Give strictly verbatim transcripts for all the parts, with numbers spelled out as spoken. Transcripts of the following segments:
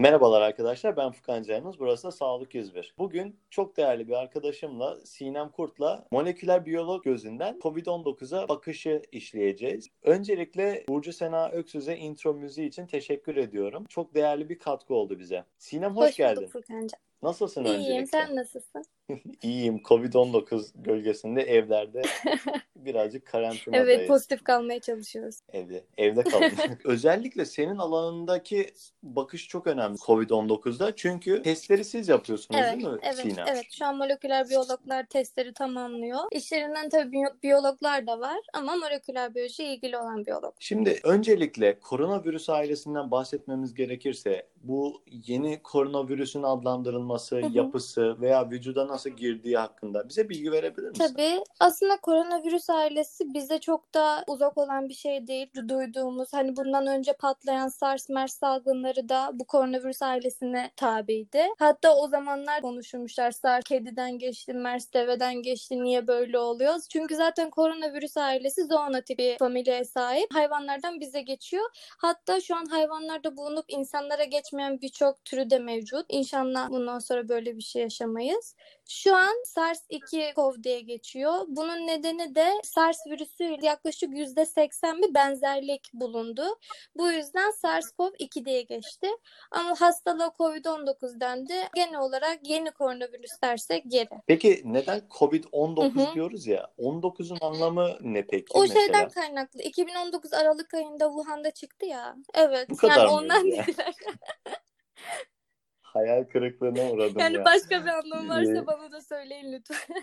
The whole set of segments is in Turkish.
Merhabalar arkadaşlar, ben Furkan Canımız. Burası da Sağlık yüz bir. Bugün çok değerli bir arkadaşımla, Sinem Kurt'la moleküler biyolog gözünden covid on dokuza bakışı işleyeceğiz. Öncelikle Burcu Sena Öksüz'e intro müziği için teşekkür ediyorum. Çok değerli bir katkı oldu bize. Sinem hoş, Hoş geldin. bulduk Furkan'cığım. Nasılsın İyiyim, öncelikle? sen nasılsın? İyiyim. covid on dokuz gölgesinde evlerde birazcık karantinadayız. Evet, pozitif kalmaya çalışıyoruz. Evde, evde kalın. Özellikle senin alanındaki bakış çok önemli covid on dokuzda. Çünkü testleri siz yapıyorsunuz Evet, değil mi evet, Sinem? evet. Şu an moleküler biyologlar testleri tamamlıyor. İşlerinden tabii biyo- biyologlar da var ama moleküler biyolojiye ilgili olan biyolog. Şimdi öncelikle koronavirüs ailesinden bahsetmemiz gerekirse bu yeni koronavirüsün adlandırılması, Hı hı. yapısı veya vücuda nasıl girdiği hakkında bize bilgi verebilir misin? Tabii. Aslında koronavirüs ailesi bize çok da uzak olan bir şey değil. Duyduğumuz, hani bundan önce patlayan SARS, MERS salgınları da bu koronavirüs ailesine tabiydi. Hatta o zamanlar konuşulmuşlar. SARS kediden geçti, MERS deveden geçti. Niye böyle oluyor? Çünkü zaten koronavirüs ailesi zoonotik bir familyaya sahip. Hayvanlardan bize geçiyor. Hatta şu an hayvanlarda bulunup insanlara geçmeyen birçok türü de mevcut. İnşallah bundan sonra böyle bir şey yaşamayız. Şu an SARS iki kov diye geçiyor. Bunun nedeni de SARS virüsüyle yaklaşık yüzde seksen bir benzerlik bulundu. Bu yüzden SARS-CoV iki diye geçti. Ama hastalığa covid on dokuz dendi. Genel olarak yeni koronavirüs dersek geri. Peki neden covid on dokuz Hı hı. diyoruz ya? on dokuzun anlamı ne peki O mesela? şeyden kaynaklı. iki bin on dokuz Aralık ayında Wuhan'da çıktı ya. Evet. Bu kadar Yani mı ondan ya? dediler. Hayal kırıklığına uğradım Yani ya. başka bir anlamı Ee, varsa bana da söyleyin lütfen.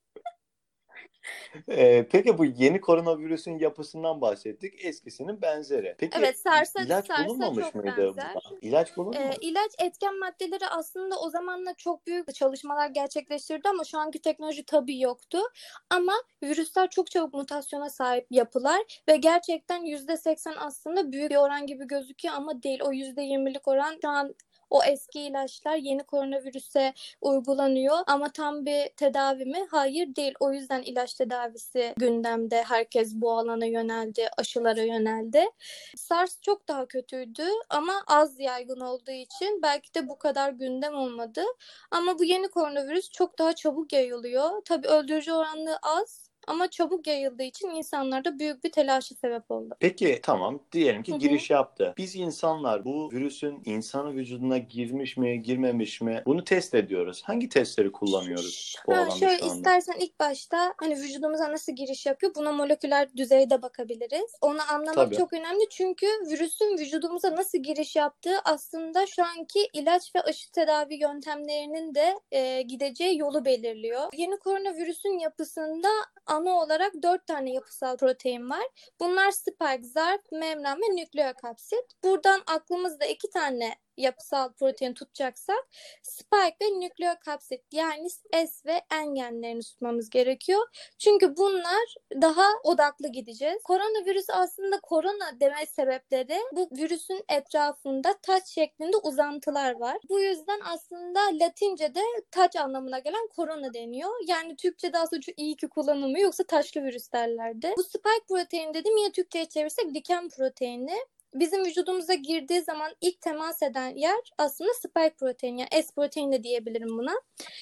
Ee, peki bu yeni koronavirüsün yapısından bahsettik. Eskisinin benzeri. Peki Evet, SARS'a ilaç SARS'a bulunmamış çok mıydı benzer. buna? İlaç bulundu mu? Ee, ilaç etken maddeleri aslında o zamanlar çok büyük çalışmalar gerçekleştirdi ama şu anki teknoloji tabii yoktu. Ama virüsler çok çabuk mutasyona sahip yapılar ve gerçekten yüzde seksen aslında büyük bir oran gibi gözüküyor ama değil. O yüzde yirmilik oran şu an o eski ilaçlar yeni koronavirüse uygulanıyor ama tam bir tedavi mi? Hayır, değil. O yüzden ilaç tedavisi gündemde. Herkes bu alana yöneldi, aşılara yöneldi. SARS çok daha kötüydü ama az yaygın olduğu için belki de bu kadar gündem olmadı. Ama bu yeni koronavirüs çok daha çabuk yayılıyor. Tabii öldürücü oranı az ama çabuk yayıldığı için insanlarda büyük bir telaşa sebep oldu. Peki tamam, diyelim ki Hı hı. giriş yaptı. Biz insanlar bu virüsün insanın vücuduna girmiş mi girmemiş mi bunu test ediyoruz. Hangi testleri kullanıyoruz bu Ha, alanda şöyle şu anda? istersen ilk başta hani vücudumuza nasıl giriş yapıyor buna moleküler düzeyde bakabiliriz. Onu anlamak Tabii. çok önemli çünkü virüsün vücudumuza nasıl giriş yaptığı aslında şu anki ilaç ve aşı tedavi yöntemlerinin de e, gideceği yolu belirliyor. Yeni koronavirüsün yapısında ana olarak dört tane yapısal protein var. Bunlar spike, zarf, membran ve nükleokapsit. Buradan aklımızda iki tane yapısal protein tutacaksak spike ve nükleokapsit yani S ve N genlerini tutmamız gerekiyor. Çünkü bunlar daha odaklı gideceğiz. Koronavirüs aslında korona deme sebepleri bu virüsün etrafında taç şeklinde uzantılar var. Bu yüzden aslında Latince'de taç anlamına gelen korona deniyor. Yani Türkçe'de aslında çok iyi ki kullanılmıyor yoksa taşlı virüs derlerdi. Bu spike protein dedim yine Türkçe'ye çevirsek diken proteini. Bizim vücudumuza girdiği zaman ilk temas eden yer aslında spike proteini yani S proteini de diyebilirim buna.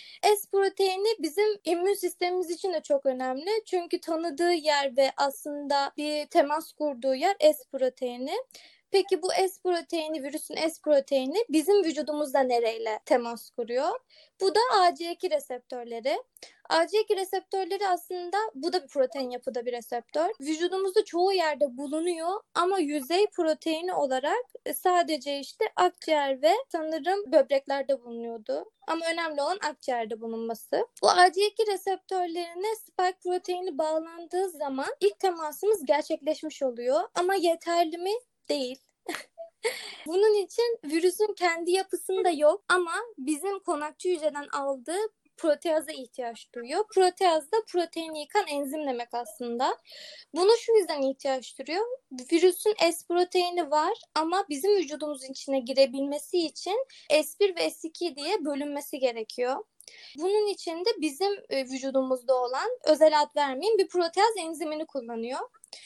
S proteini bizim immün sistemimiz için de çok önemli. Çünkü tanıdığı yer ve aslında bir temas kurduğu yer S proteini. Peki bu S proteini, virüsün S proteini bizim vücudumuzda nereyle temas kuruyor? Bu da A C iki reseptörleri. A C iki reseptörleri aslında bu da bir protein yapıda bir reseptör. Vücudumuzda çoğu yerde bulunuyor ama yüzey proteini olarak sadece işte akciğer ve sanırım böbreklerde bulunuyordu. Ama önemli olan akciğerde bulunması. Bu A C iki reseptörlerine spike proteini bağlandığı zaman ilk temasımız gerçekleşmiş oluyor. Ama yeterli mi? Değil. Bunun için virüsün kendi yapısında yok ama bizim konakçı hücreden aldığı proteaza ihtiyaç duyuyor. Proteaz da proteini yıkan enzim demek aslında. Bunu şu yüzden ihtiyaç duyuyor. Virüsün S proteini var ama bizim vücudumuzun içine girebilmesi için S bir ve S iki diye bölünmesi gerekiyor. Bunun için de bizim vücudumuzda olan özel ad vermeyeyim bir proteaz enzimini kullanıyor.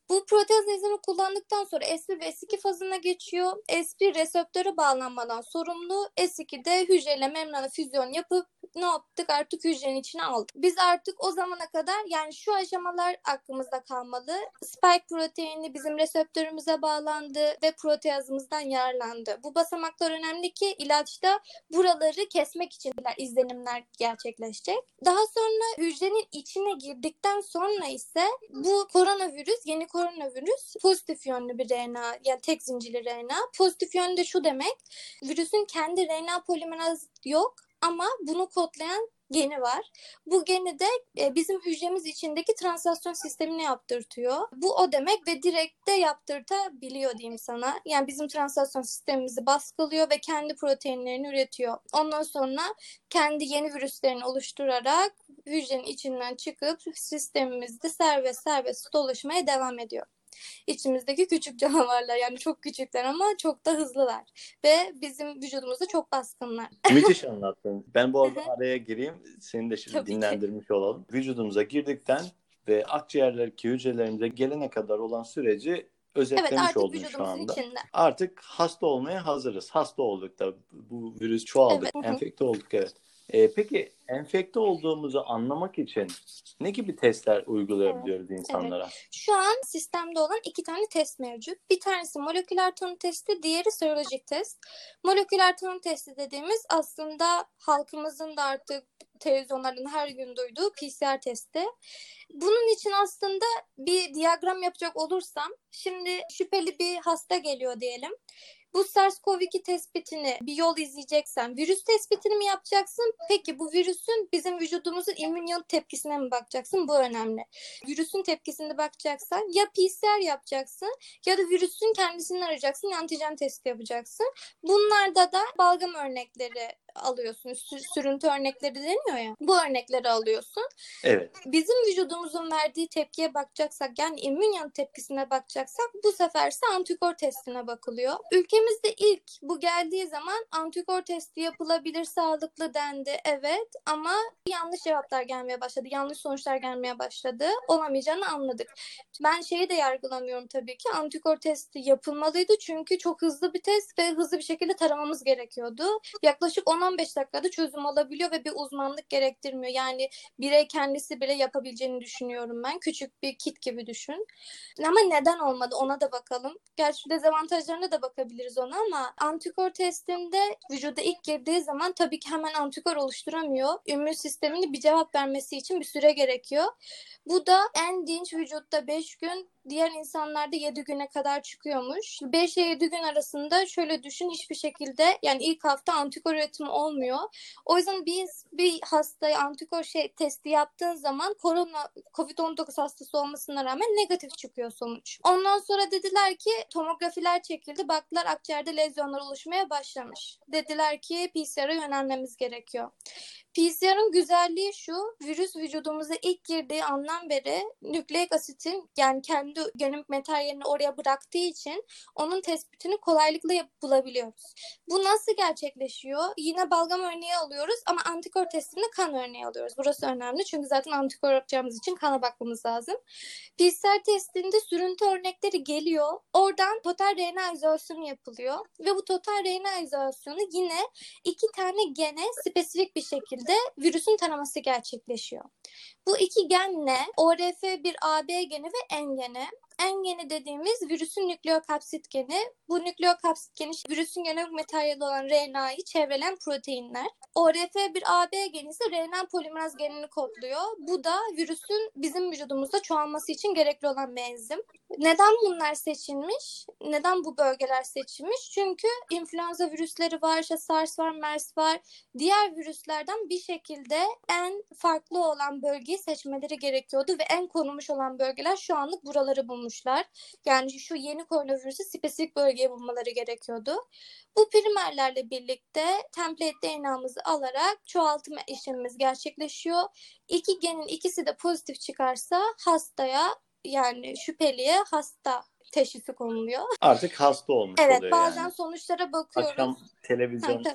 Bu proteaz enzimi kullandıktan sonra S bir ve S iki fazına geçiyor. S bir reseptöre bağlanmadan sorumlu. S iki de hücreyle membrana füzyon yapıp ne yaptık? Artık hücrenin içine aldık. Biz artık o zamana kadar, yani şu aşamalar aklımızda kalmalı. Spike proteini bizim reseptörümüze bağlandı ve proteazımızdan yararlandı. Bu basamaklar önemli ki ilaçta buraları kesmek için izlenimler gerçekleşecek. Daha sonra hücrenin içine girdikten sonra ise bu koronavirüs, yeni koronavirüs pozitif yönlü bir R N A, yani tek zincirli R N A. Pozitif yönlü de şu demek: virüsün kendi R N A polimeraz yok ama bunu kodlayan geni var. Bu geni de bizim hücremiz içindeki translasyon sistemini yaptırtıyor. Bu o demek ve direkt de yaptırtabiliyor diyeyim sana. Yani bizim translasyon sistemimizi baskılıyor ve kendi proteinlerini üretiyor. Ondan sonra kendi yeni virüslerini oluşturarak hücrenin içinden çıkıp sistemimizde serbest serbest dolaşmaya devam ediyor. İçimizdeki küçük canavarlar, yani çok küçükler ama çok da hızlılar ve bizim vücudumuzda çok baskınlar. Müthiş anlattın. Ben bu arada araya gireyim. Seni de şimdi Tabii dinlendirmiş ki. olalım. Vücudumuza girdikten ve akciğerlerdeki hücrelerimize gelene kadar olan süreci özetlemiş evet, artık oldun şu anda. içinde. Artık hasta olmaya hazırız. Hasta olduk da bu virüs çoğaldık. Evet. Enfekte olduk, evet. Ee, peki enfekte olduğumuzu anlamak için ne gibi testler uygulayabiliyoruz evet. insanlara? Evet. Şu an sistemde olan iki tane test mevcut. Bir tanesi moleküler tanı testi, diğeri serolojik test. Moleküler tanı testi dediğimiz aslında halkımızın da artık televizyonlardan her gün duyduğu P C R testi. Bunun için aslında bir diyagram yapacak olursam, şimdi şüpheli bir hasta geliyor diyelim. Bu SARS-CoV iki tespitini bir yol izleyeceksen virüs tespitini mi yapacaksın? Peki bu virüsün bizim vücudumuzun immün yanıt tepkisine mi bakacaksın? Bu önemli. Virüsün tepkisine bakacaksan ya P C R yapacaksın ya da virüsün kendisini arayacaksın, antijen testi yapacaksın. Bunlarda da balgam örnekleri alıyorsun. Sürüntü örnekleri deniyor ya. Bu örnekleri alıyorsun. Evet. Bizim vücudumuzun verdiği tepkiye bakacaksak, yani immün yanıt tepkisine bakacaksak, bu sefer ise antikor testine bakılıyor. Ülkemizde ilk bu geldiği zaman antikor testi yapılabilir, sağlıklı dendi. Evet, ama yanlış cevaplar gelmeye başladı. Yanlış sonuçlar gelmeye başladı. Olamayacağını anladık. Ben şeyi de yargılamıyorum tabii ki. Antikor testi yapılmalıydı çünkü çok hızlı bir test ve hızlı bir şekilde taramamız gerekiyordu. Yaklaşık on on beş dakikada çözüm alabiliyor ve bir uzmanlık gerektirmiyor. Yani birey kendisi bile yapabileceğini düşünüyorum ben. Küçük bir kit gibi düşün. Ama neden olmadı ona da bakalım. Gerçi dezavantajlarına da bakabiliriz ona, ama antikor testinde vücuda ilk girdiği zaman tabii ki hemen antikor oluşturamıyor. İmmün sisteminin bir cevap vermesi için bir süre gerekiyor. Bu da en dinç vücutta beş gün, diğer insanlarda yedi güne kadar çıkıyormuş. beş ile yedi gün arasında şöyle düşün, hiçbir şekilde, yani ilk hafta antikor üretimi olmuyor. O yüzden biz bir hastaya antikor şey testi yaptığın zaman korona covid on dokuz hastası olmasına rağmen negatif çıkıyor sonuç. Ondan sonra dediler ki tomografiler çekildi. Baktılar akciğerde lezyonlar oluşmaya başlamış. Dediler ki P C R'a yönelmemiz gerekiyor. P C R'ın güzelliği şu: virüs vücudumuza ilk girdiği andan beri nükleik asitin, yani kendi genomik materyalini oraya bıraktığı için onun tespitini kolaylıkla bulabiliyoruz. Bu nasıl gerçekleşiyor? Yine balgam örneği alıyoruz ama antikor testinde kan örneği alıyoruz. Burası önemli çünkü zaten antikor yapacağımız için kana bakmamız lazım. P C R testinde sürüntü örnekleri geliyor. Oradan total R N A izolasyonu yapılıyor ve bu total R N A izolasyonu yine iki tane gene spesifik bir şekilde virüsün taraması gerçekleşiyor. Bu iki gen ne? O R F bir A B geni ve N geni. N geni dediğimiz virüsün nükleokapsit geni. Bu nükleokapsit geni virüsün genetik materyali olan R N A'yı çevreleyen proteinler. O R F bir A B geni ise R N A polimeraz genini kodluyor. Bu da virüsün bizim vücudumuzda çoğalması için gerekli olan bir enzim. Neden bunlar seçilmiş? Neden bu bölgeler seçilmiş? Çünkü influenza virüsleri var, işte SARS var, MERS var. Diğer virüslerden bir şekilde en farklı olan bölgeyi seçmeleri gerekiyordu ve en korunmuş olan bölgeler şu anlık buraları bulmuşlar. Yani şu yeni koronavirüsü spesifik bölgeye bulmaları gerekiyordu. Bu primerlerle birlikte template D N A'mızı alarak çoğaltma işlemimiz gerçekleşiyor. İki genin ikisi de pozitif çıkarsa hastaya, yani şüpheliye hasta teşhisi konuluyor. Artık hasta olmuş evet, oluyor bazen yani. sonuçlara bakıyoruz. Akşam televizyon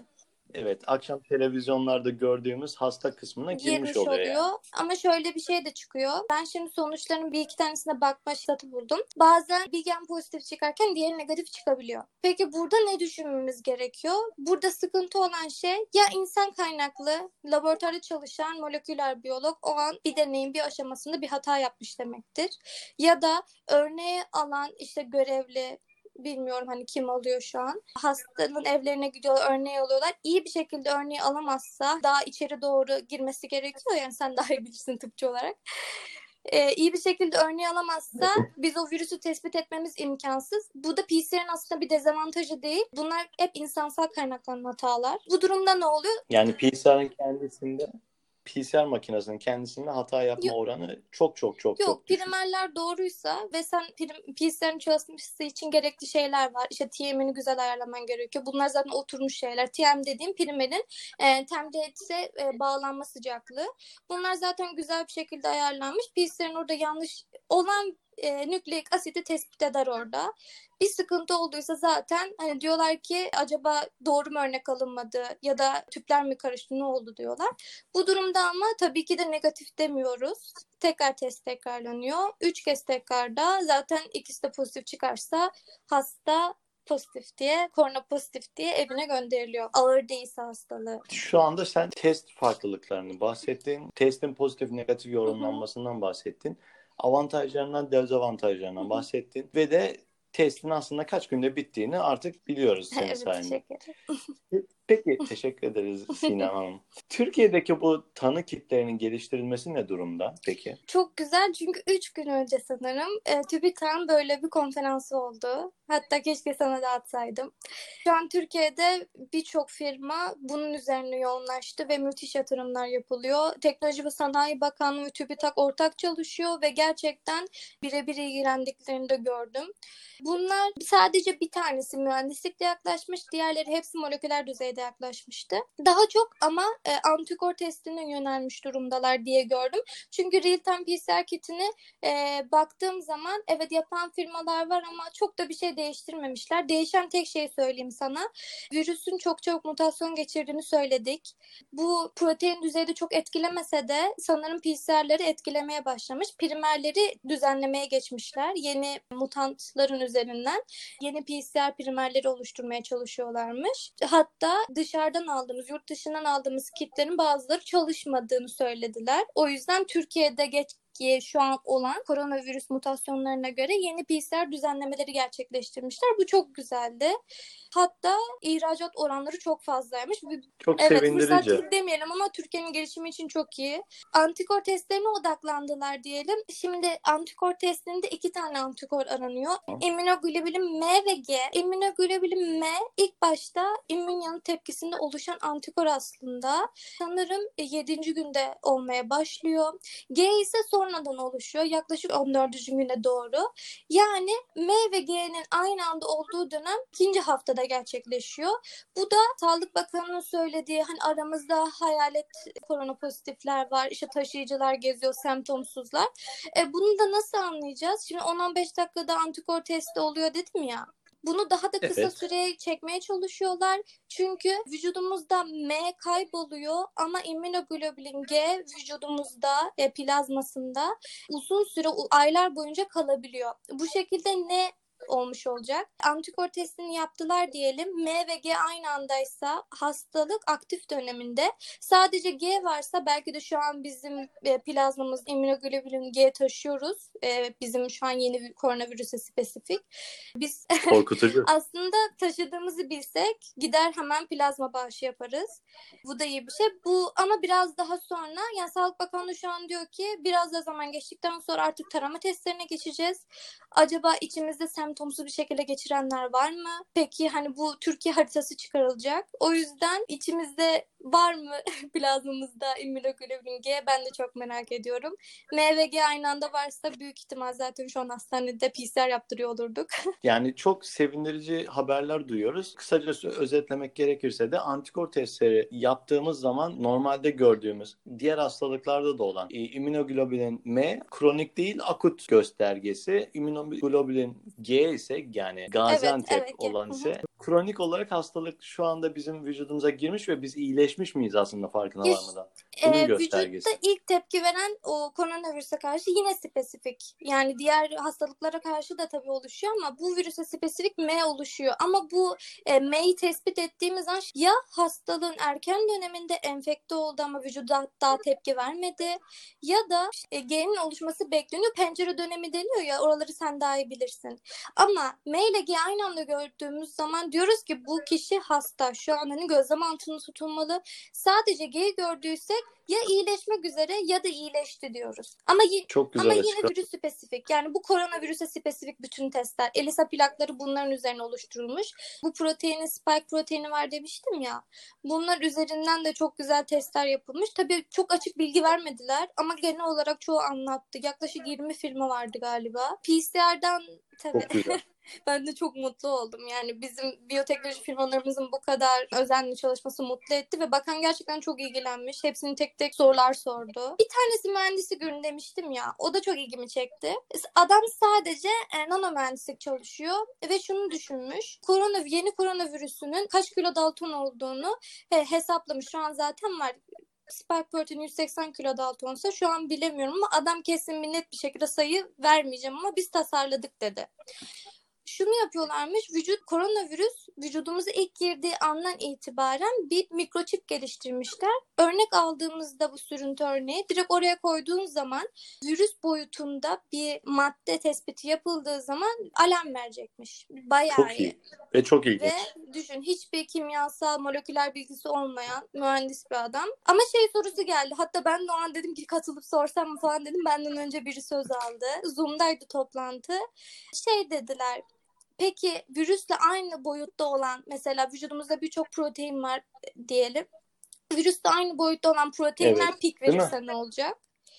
Evet, akşam televizyonlarda gördüğümüz hasta kısmına girmiş girmiş oluyor oluyor. yani. Ama şöyle bir şey de çıkıyor. Ben şimdi sonuçların bir iki tanesine bakma fırsatı buldum. Bazen bir gen pozitif çıkarken diğeri negatif çıkabiliyor. Peki burada ne düşünmemiz gerekiyor? Burada sıkıntı olan şey ya insan kaynaklı laboratuvarda çalışan moleküler biyolog o an bir deneyin bir aşamasında bir hata yapmış demektir. Ya da örneği alan işte görevli, bilmiyorum hani kim alıyor şu an. Hastanın evlerine gidiyorlar, örneği alıyorlar. İyi bir şekilde örneği alamazsa daha içeri doğru girmesi gerekiyor. Yani sen daha iyi bilirsin tıpçı olarak. Ee, iyi bir şekilde örneği alamazsa biz o virüsü tespit etmemiz imkansız. Bu da P C R'in aslında bir dezavantajı değil. Bunlar hep insansal kaynaklanan hatalar. Bu durumda ne oluyor? Yani P C R'ın kendisinde P C R makinesinin kendisinde hata yapma oranı çok çok çok Yok, çok düşük. primerler doğruysa ve sen prim, P C R'in çalışması için gerekli şeyler var. İşte T M'ini güzel ayarlaman gerekiyor. Bunlar zaten oturmuş şeyler. T M dediğim primerin e, template'e e, bağlanma sıcaklığı. Bunlar zaten güzel bir şekilde ayarlanmış. P C R'in orada yanlış olan e, nükleik asidi tespit eder orada. Bir sıkıntı olduysa zaten hani diyorlar ki acaba doğru mu örnek alınmadı ya da tüpler mi karıştı ne oldu diyorlar. Bu durumda ama tabii ki de negatif demiyoruz. Tekrar test tekrarlanıyor. Üç kez tekrarda zaten ikisi de pozitif çıkarsa hasta pozitif diye, korona pozitif diye evine gönderiliyor. Ağır değilse hastalığı. Şu anda sen test farklılıklarını bahsettin. Testin pozitif negatif yorumlanmasından bahsettin. Avantajlarından dezavantajlarından bahsettin. Ve de testin aslında kaç günde bittiğini artık biliyoruz senin Evet, sayende. teşekkür ederim. Peki, teşekkür ederiz Sinem Hanım. Türkiye'deki bu tanı kitlerinin geliştirilmesi ne durumda peki? Çok güzel çünkü üç gün önce sanırım e, TÜBİTAK'ın böyle bir konferansı oldu. Hatta keşke sana da atsaydım. Şu an Türkiye'de birçok firma bunun üzerine yoğunlaştı ve müthiş yatırımlar yapılıyor. Teknoloji ve Sanayi Bakanlığı ve TÜBİTAK ortak çalışıyor ve gerçekten birebir ilgilendiklerini de gördüm. Bunlar sadece bir tanesi mühendislikle yaklaşmış, diğerleri hepsi moleküler düzeyde yaklaşmıştı. Daha çok ama e, antikor testine yönelmiş durumdalar diye gördüm. Çünkü real-time P C R kitini e, baktığım zaman evet yapan firmalar var ama çok da bir şey değiştirmemişler. Değişen tek şey söyleyeyim sana. Virüsün çok çabuk mutasyon geçirdiğini söyledik. Bu protein düzeyde çok etkilemese de sanırım P C R'leri etkilemeye başlamış. Primerleri düzenlemeye geçmişler. Yeni mutantların üzerinden yeni P C R primerleri oluşturmaya çalışıyorlarmış. Hatta dışarıdan aldığımız, yurt dışından aldığımız kitlerin bazıları çalışmadığını söylediler. O yüzden Türkiye'de geç şu an olan koronavirüs mutasyonlarına göre yeni P C R düzenlemeleri gerçekleştirmişler. Bu çok güzeldi. Hatta ihracat oranları çok fazlaymış. Çok evet, sevindirici. fırsat demeyelim ama Türkiye'nin gelişimi için çok iyi. Antikor testlerine odaklandılar diyelim. Şimdi antikor testinde iki tane antikor aranıyor. İmmünoglobulin M ve G. İmmünoglobulin M ilk başta immün yanıt tepkisinde oluşan antikor aslında. Sanırım yedinci günde olmaya başlıyor. G ise sonradan oluşuyor. Yaklaşık on dördüncü güne doğru. Yani M ve G'nin aynı anda olduğu dönem ikinci haftada gerçekleşiyor. Bu da Sağlık Bakanı'nın söylediği hani aramızda hayalet korona pozitifler var, işte taşıyıcılar geziyor, semptomsuzlar. E, bunu da nasıl anlayacağız? Şimdi on on beş dakikada antikor testi oluyor dedim ya. Bunu daha da kısa Evet. süreye çekmeye çalışıyorlar. Çünkü vücudumuzda M kayboluyor ama immünoglobulin G vücudumuzda, e, plazmasında uzun süre, aylar boyunca kalabiliyor. Bu şekilde ne olmuş olacak? Antikor testini yaptılar diyelim. M ve G aynı andaysa hastalık aktif döneminde. Sadece G varsa belki de şu an bizim e, plazmamız immünoglobulin G taşıyoruz. E, bizim şu an yeni bir koronavirüse spesifik. Biz Korkutucu. aslında taşıdığımızı bilsek gider hemen plazma bağışı yaparız. Bu da iyi bir şey. Bu ama biraz daha sonra, yani Sağlık Bakanlığı şu an diyor ki biraz da zaman geçtikten sonra artık tarama testlerine geçeceğiz. Acaba içimizde semptomsuz bir şekilde geçirenler var mı? Peki hani bu Türkiye haritası çıkarılacak. O yüzden içimizde var mı plazmamızda immünoglobulin G? Ben de çok merak ediyorum. M ve G aynı anda varsa büyük ihtimal zaten şu an hastanede P C R yaptırıyor olurduk. Yani çok sevindirici haberler duyuyoruz. Kısacası özetlemek gerekirse de antikor testleri yaptığımız zaman normalde gördüğümüz diğer hastalıklarda da olan e, immünoglobulin M kronik değil akut göstergesi. İmmünoglobulin G ise yani Gaziantep Evet, evet. olan Hı hı. ise kronik olarak hastalık şu anda bizim vücudumuza girmiş ve biz iyileşmiş miyiz aslında farkına Ya, varmadan? Bunun e, göstergesi. vücutta ilk tepki veren o koronavirüse karşı yine spesifik. Yani diğer hastalıklara karşı da tabii oluşuyor ama bu virüse spesifik M oluşuyor. Ama bu e, M'yi tespit ettiğimiz an ya hastalığın erken döneminde enfekte oldu ama vücuda daha tepki vermedi ya da e, G'nin oluşması bekleniyor. Pencere dönemi deniyor ya, oraları sen daha iyi bilirsin. Ama M ile G aynı anda gördüğümüz zaman diyoruz ki bu kişi hasta. Şu an hani gözlem altında tutulmalı. Sadece G gördüysek ya iyileşmek üzere ya da iyileşti diyoruz. Ama y- Çok ama güzel yine açıkladı. virüs spesifik. Yani bu koronavirüse spesifik bütün testler. ELISA plakları bunların üzerine oluşturulmuş. Bu proteinin spike proteini var demiştim ya. Bunlar üzerinden de çok güzel testler yapılmış. Tabii çok açık bilgi vermediler ama genel olarak çoğu anlattı. Yaklaşık yirmi firma vardı galiba. P C R'dan tabii. Çok güzel. Ben de çok mutlu oldum. Yani bizim biyoteknoloji firmalarımızın bu kadar özenli çalışması mutlu etti ve bakan gerçekten çok ilgilenmiş. Hepsini tek tek sorular sordu. Bir tanesi mühendislik ürün demiştim ya. O da çok ilgimi çekti. Adam sadece e, nano mühendislik çalışıyor ve şunu düşünmüş. Korona, yeni koronavirüsünün kaç kilo Dalton olduğunu he, hesaplamış. Şu an zaten var. Spike protein yüz seksen kilo Dalton'sa şu an bilemiyorum ama adam kesin bir net bir şekilde sayı vermeyeceğim ama biz tasarladık dedi. Şunu yapıyorlarmış, vücut koronavirüs vücudumuza ilk girdiği andan itibaren bir mikroçip geliştirmişler. Örnek aldığımızda bu sürüntü örneği direkt oraya koyduğun zaman virüs boyutunda bir madde tespiti yapıldığı zaman alarm verecekmiş. Bayağı Çok iyi ve çok ilginç. Ve düşün, hiçbir kimyasal moleküler bilgisi olmayan mühendis bir adam. Ama şey sorusu geldi. Hatta ben de o an dedim ki katılıp sorsam mı falan dedim. Benden önce biri söz aldı. Zoom'daydı toplantı. Şey dediler. Peki virüsle aynı boyutta olan, mesela vücudumuzda birçok protein var diyelim. Virüsle aynı boyutta olan proteinler Evet, pik değil mi? verirse ne olacak?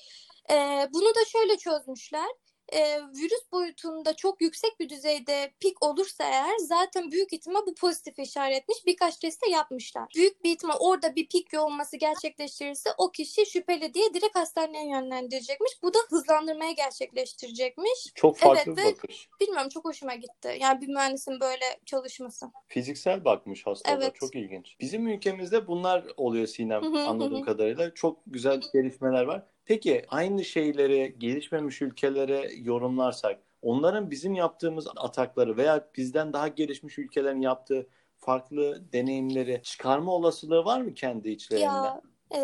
Ee, bunu da şöyle çözmüşler. Ee, virüs boyutunda çok yüksek bir düzeyde pik olursa eğer zaten büyük ihtimal bu pozitif işaretmiş. Birkaç test de yapmışlar. Büyük bir ihtimal orada bir pik olması gerçekleştirirse o kişi şüpheli diye direkt hastaneye yönlendirecekmiş. Bu da hızlandırmaya gerçekleştirecekmiş. Çok farklı Evet bir ve bakış. bilmiyorum, çok hoşuma gitti. Yani bir mühendisin böyle çalışması. Fiziksel bakmış hastalığa. Evet. Çok ilginç. Bizim ülkemizde bunlar oluyor Sinem, Hı hı, anladığım hı. kadarıyla. Çok güzel gelişmeler var. Peki aynı şeyleri gelişmemiş ülkelere yorumlarsak, onların bizim yaptığımız atakları veya bizden daha gelişmiş ülkelerin yaptığı farklı deneyimleri çıkarma olasılığı var mı kendi içlerinde? Ya e,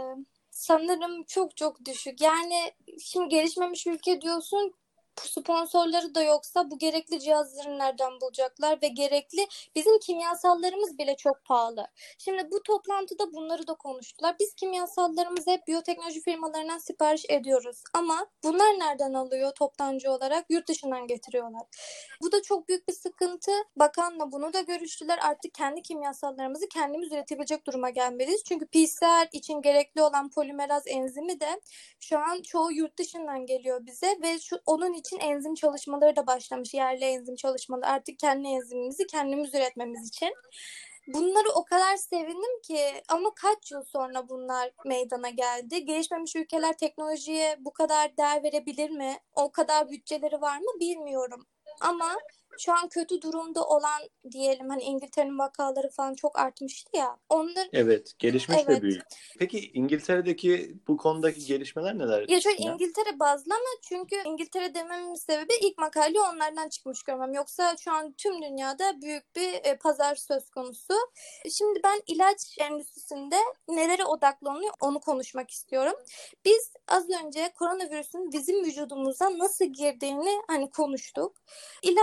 sanırım çok çok düşük. Yani şimdi gelişmemiş ülke diyorsun, sponsorları da yoksa bu gerekli cihazları nereden bulacaklar ve gerekli bizim kimyasallarımız bile çok pahalı. Şimdi bu toplantıda bunları da konuştular. Biz kimyasallarımızı hep biyoteknoloji firmalarından sipariş ediyoruz ama bunlar nereden alıyor toptancı olarak? Yurt dışından getiriyorlar. Bu da çok büyük bir sıkıntı. Bakanla bunu da görüştüler. Artık kendi kimyasallarımızı kendimiz üretebilecek duruma gelmeliyiz. Çünkü P C R için gerekli olan polimeraz enzimi de şu an çoğu yurt dışından geliyor bize ve şu onun için enzim çalışmaları da başlamış. Yerli enzim çalışmaları. Artık kendi enzimimizi kendimiz üretmemiz için. Bunları o kadar sevindim ki, ama kaç yıl sonra bunlar meydana geldi? Gelişmemiş ülkeler teknolojiye bu kadar değer verebilir mi? O kadar bütçeleri var mı bilmiyorum. Ama şu an kötü durumda olan diyelim, hani İngiltere'nin vakaları falan çok artmıştı ya. Onlar Evet, gelişmiş evet. ve büyük. Peki İngiltere'deki bu konudaki gelişmeler neler? Ya şöyle, Sinem? İngiltere bazlı ama çünkü İngiltere dememin sebebi ilk makale onlardan çıkmış görmem. Yoksa şu an tüm dünyada büyük bir e, pazar söz konusu. Şimdi ben ilaç endüstrisinde nelere odaklanıyor onu konuşmak istiyorum. Biz az önce koronavirüsün bizim vücudumuza nasıl girdiğini hani konuştuk. İlaçta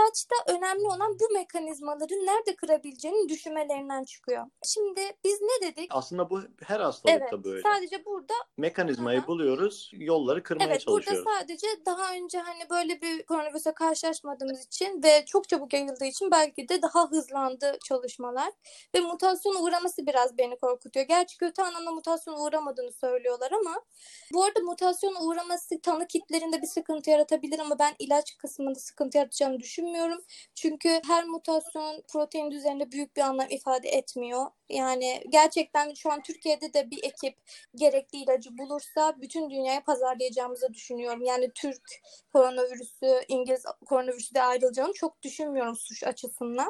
önemli olan bu mekanizmaları nerede kırabileceğini düşünmelerinden çıkıyor. Şimdi biz ne dedik? Aslında bu her hastalıkta Evet, böyle. sadece burada Mekanizmayı Aha. buluyoruz, yolları kırmaya Evet, burada çalışıyoruz. sadece daha önce hani böyle bir koronavirüse karşılaşmadığımız için ve çok çabuk yayıldığı için belki de daha hızlandı çalışmalar. Ve mutasyona uğraması biraz beni korkutuyor. Gerçi kötü anlamda mutasyona uğramadığını söylüyorlar ama bu arada mutasyona uğraması tanı kitlerinde bir sıkıntı yaratabilir ama ben ilaç kısmında sıkıntı yaratacağını düşünmüyorum. Çünkü her mutasyon protein üzerinde büyük bir anlam ifade etmiyor. Yani gerçekten şu an Türkiye'de de bir ekip gerekli ilacı bulursa bütün dünyaya pazarlayacağımızı düşünüyorum. Yani Türk koronavirüsü, İngiliz koronavirüsü de ayrılacağını çok düşünmüyorum suç açısından.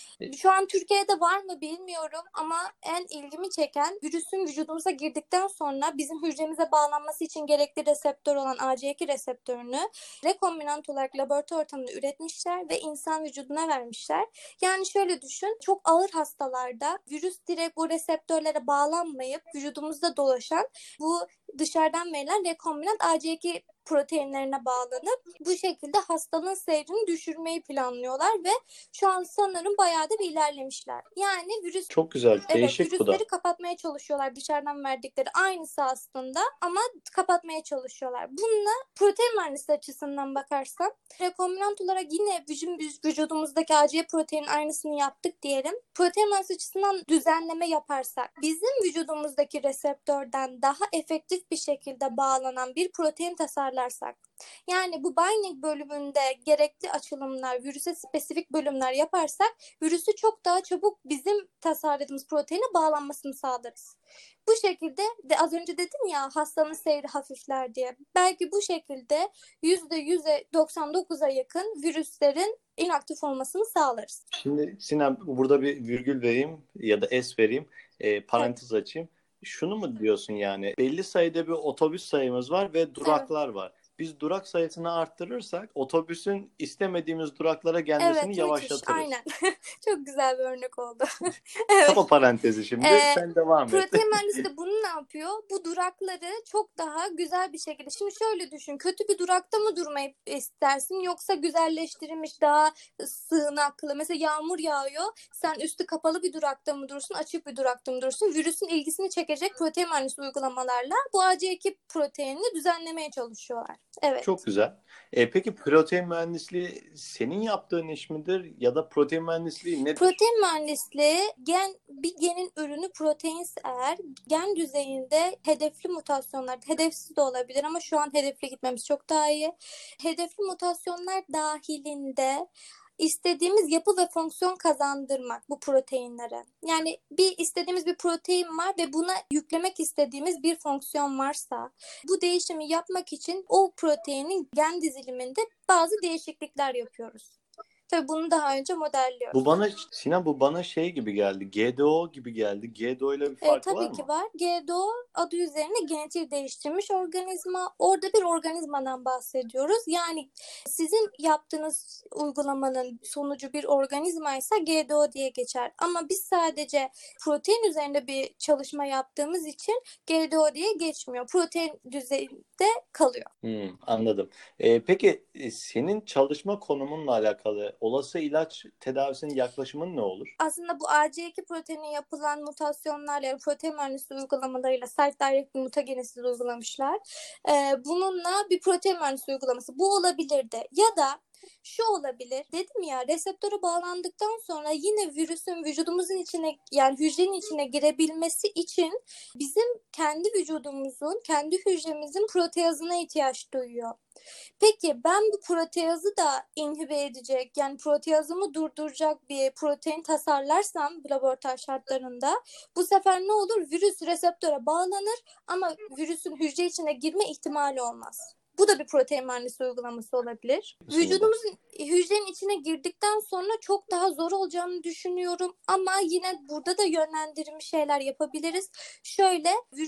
Şu an Türkiye'de var mı bilmiyorum ama en ilgimi çeken virüsün vücudumuza girdikten sonra bizim hücremize bağlanması için gerekli reseptör olan A C iki reseptörünü rekombinant olarak laboratuvar ortamında üretmişler ve insan vücuduna vermişler. Yani şöyle düşün, çok ağır hastalarda virüs direkt bu reseptörlere bağlanmayıp vücudumuzda dolaşan bu dışarıdan verilen rekombinant A C iki proteinlerine bağlanıp bu şekilde hastalığın seyrini düşürmeyi planlıyorlar ve şu an sanırım bayağı da bir ilerlemişler. Yani virüs Çok güzel, evet, değişik bu da. virüsleri kapatmaya çalışıyorlar dışarıdan verdikleri aynısı aslında ama kapatmaya çalışıyorlar. Bununla protein mühendisliği açısından bakarsan rekombinant olarak yine bizim vücudumuzdaki A C proteinin aynısını yaptık diyelim. Protein mühendisliği açısından düzenleme yaparsak bizim vücudumuzdaki reseptörden daha efektif bir şekilde bağlanan bir protein tasarlarsak yani bu binding bölümünde gerekli açılımlar, virüse spesifik bölümler yaparsak virüsü çok daha çabuk bizim tasarladığımız proteine bağlanmasını sağlarız. Bu şekilde de az önce dedim ya hastanın seyri hafifler diye. Belki bu şekilde yüzde yüze doksan dokuza yakın virüslerin inaktif olmasını sağlarız. Şimdi Sinem burada bir virgül vereyim ya da es vereyim, e, parantez Evet. açayım. Şunu mu diyorsun yani? Belli sayıda bir otobüs sayımız var ve duraklar evet. var. Biz durak sayısını arttırırsak otobüsün istemediğimiz duraklara gelmesini evet, yavaşlatırız. Aynen. Çok güzel bir örnek oldu. Evet. Kapa parantezi şimdi. Ee, Sen devam et. Protein mühendisi de bunu ne yapıyor? Bu durakları çok daha güzel bir şekilde. Şimdi şöyle düşün. Kötü bir durakta mı durmayı istersin yoksa güzelleştirilmiş daha sığınaklı. Mesela yağmur yağıyor. Sen üstü kapalı bir durakta mı durursun, açık bir durakta mı durursun? Virüsün ilgisini çekecek protein mühendisi uygulamalarla bu A C iki proteinini düzenlemeye çalışıyorlar. Evet. Çok güzel. E, peki protein mühendisliği senin yaptığın iş midir ya da protein mühendisliği nedir? Protein mühendisliği gen, bir genin ürünü proteinse eğer gen düzeyinde hedefli mutasyonlar, hedefsiz de olabilir ama şu an hedefli gitmemiz çok daha iyi. Hedefli mutasyonlar dahilinde istediğimiz yapı ve fonksiyon kazandırmak bu proteinlere. Yani bir istediğimiz bir protein var ve buna yüklemek istediğimiz bir fonksiyon varsa bu değişimi yapmak için o proteinin gen diziliminde bazı değişiklikler yapıyoruz. Tabii bunu daha önce modelliyoruz. Bu bana Sinan bu bana şey gibi geldi. G D O gibi geldi. G D O ile bir fark e, var mı? Tabii ki var. G D O adı üzerine genetik değiştirilmiş organizma. Orada bir organizmadan bahsediyoruz. Yani sizin yaptığınız uygulamanın sonucu bir organizmaysa G D O diye geçer. Ama biz sadece protein üzerinde bir çalışma yaptığımız için G D O diye geçmiyor. Protein düzeyinde kalıyor. Hmm, anladım. Ee, peki senin çalışma konumunla alakalı olası ilaç tedavisinin yaklaşımın ne olur? Aslında bu A C iki proteine yapılan mutasyonlarla yani protein mühendisliği uygulamalarıyla site-direct mutagenesiz uygulamışlar. Ee, bununla bir protein mühendisliği uygulaması bu olabilirdi. Ya da şu olabilir. Dedim ya reseptöre bağlandıktan sonra yine virüsün vücudumuzun içine yani hücrenin içine girebilmesi için bizim kendi vücudumuzun, kendi hücremizin proteazına ihtiyaç duyuyor. Peki ben bu proteazı da inhibe edecek yani proteazımı durduracak bir protein tasarlarsam laboratuvar şartlarında bu sefer ne olur? Virüs reseptöre bağlanır ama virüsün hücre içine girme ihtimali olmaz. Bu da bir protein mühendisliği uygulaması olabilir. Vücudumuzun hücrenin içine girdikten sonra çok daha zor olacağını düşünüyorum ama yine burada da yönlendirilmiş şeyler yapabiliriz. Şöyle virüs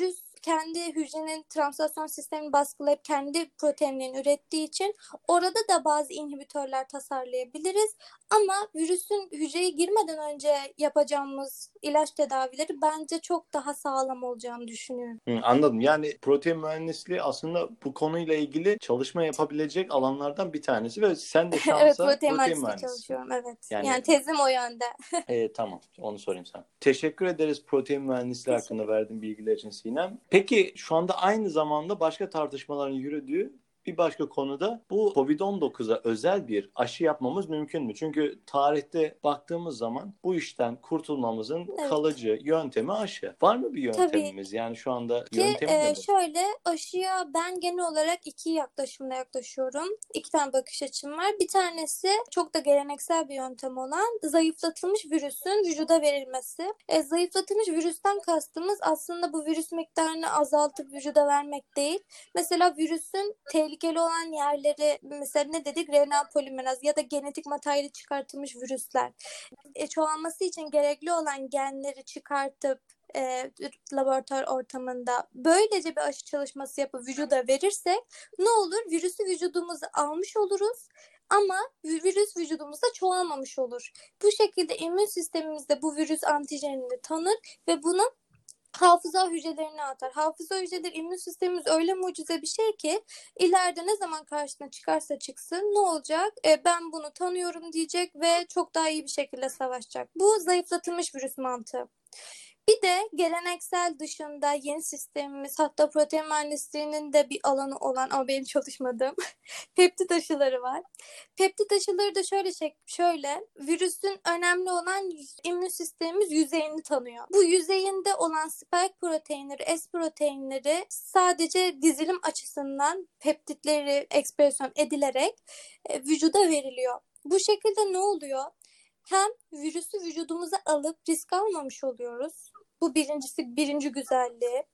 kendi hücrenin translasyon sistemini baskılayıp kendi proteinlerini ürettiği için orada da bazı inhibitörler tasarlayabiliriz. Ama virüsün hücreye girmeden önce yapacağımız ilaç tedavileri bence çok daha sağlam olacağını düşünüyorum. Hı, anladım. Yani protein mühendisliği aslında bu konuyla ilgili çalışma yapabilecek alanlardan bir tanesi ve sen de şansa Evet, protein protein mühendisliği mühendisisin. çalışıyorum. Evet. Yani, Yani tezim o yönde. e, tamam, onu sorayım sana. Teşekkür ederiz protein mühendisliği hakkında verdiğin bilgiler için Sinem. Peki şu anda aynı zamanda başka tartışmaların yürüdüğü bir başka konuda bu covid on dokuza özel bir aşı yapmamız mümkün mü? Çünkü tarihte baktığımız zaman bu işten kurtulmamızın Evet. kalıcı yöntemi aşı. Var mı bir yöntemimiz? Tabii Yani şu anda ki yöntemi e, nedir? şöyle aşıya ben genel olarak iki yaklaşımla yaklaşıyorum. İki tane bakış açım var. Bir tanesi çok da geleneksel bir yöntem olan zayıflatılmış virüsün vücuda verilmesi. E, zayıflatılmış virüsten kastımız aslında bu virüs miktarını azaltıp vücuda vermek değil. Mesela virüsün tehlikeli olan yerleri, mesela ne dedik? R N A polimeraz ya da genetik materyali çıkartılmış virüsler. E, çoğalması için gerekli olan genleri çıkartıp e, laboratuvar ortamında böylece bir aşı çalışması yapıp vücuda verirsek ne olur? Virüsü vücudumuza almış oluruz ama virüs vücudumuzda çoğalmamış olur. Bu şekilde immün sistemimizde bu virüs antijenini tanır ve bunu hafıza hücrelerine atar. Hafıza hücreleri immün sistemimiz öyle mucize bir şey ki ileride ne zaman karşısına çıkarsa çıksın ne olacak? E, ben bunu tanıyorum diyecek ve çok daha iyi bir şekilde savaşacak. Bu zayıflatılmış virüs mantığı. Bir de geleneksel dışında yeni sistemimiz, hatta protein mühendisliğinin de bir alanı olan ama benim çalışmadığım peptit aşıları var. Peptit aşıları da şöyle şey, şöyle virüsün önemli olan immün sistemimiz yüzeyini tanıyor. Bu yüzeyinde olan spike proteinleri, S proteinleri sadece dizilim açısından peptitleri ekspresyon edilerek e, vücuda veriliyor. Bu şekilde ne oluyor? Hem virüsü vücudumuza alıp risk almamış oluyoruz. Bu birincisi, birinci güzelliği.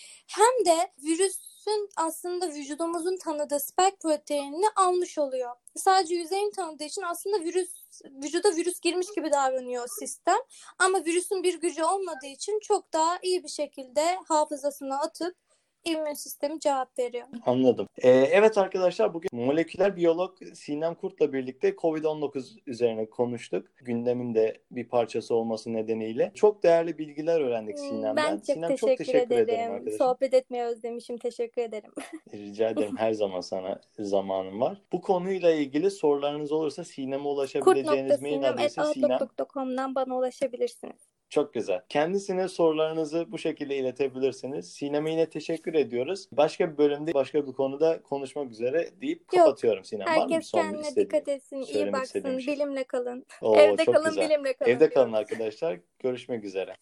Hem de virüsün aslında vücudumuzun tanıdığı spike proteinini almış oluyor. Sadece yüzeyini tanıdığı için aslında virüs vücuda virüs girmiş gibi davranıyor sistem. Ama virüsün bir gücü olmadığı için çok daha iyi bir şekilde hafızasına atıp immün sistemi cevap veriyor. Anladım. Ee, evet arkadaşlar, bugün moleküler biyolog Sinem Kurt'la birlikte covid on dokuz üzerine konuştuk. Gündemin de bir parçası olması nedeniyle. Çok değerli bilgiler öğrendik Sinem'den. Ben çok Sinem, teşekkür, çok teşekkür ederim, ederim. arkadaşım. Sohbet etmeyi özlemişim. Teşekkür ederim. Rica ederim. Her zaman sana zamanım var. Bu konuyla ilgili sorularınız olursa Sinem'e ulaşabileceğiniz mail adresi kurt nokta sinem at outlook Sinem. nokta com'dan bana ulaşabilirsiniz. Çok güzel. Kendisine sorularınızı bu şekilde iletebilirsiniz. Sinem'e yine teşekkür ediyoruz. Başka bir bölümde, başka bir konuda konuşmak üzere deyip kapatıyorum Sinem. Var mı bir Herkes son bir kendine istediğin, dikkat etsin, iyi söylemek istediğin baksın, bir şey? bilimle kalın. Oo, Evde çok kalın, güzel. bilimle kalın Evde kalın diyoruz. arkadaşlar. Görüşmek üzere.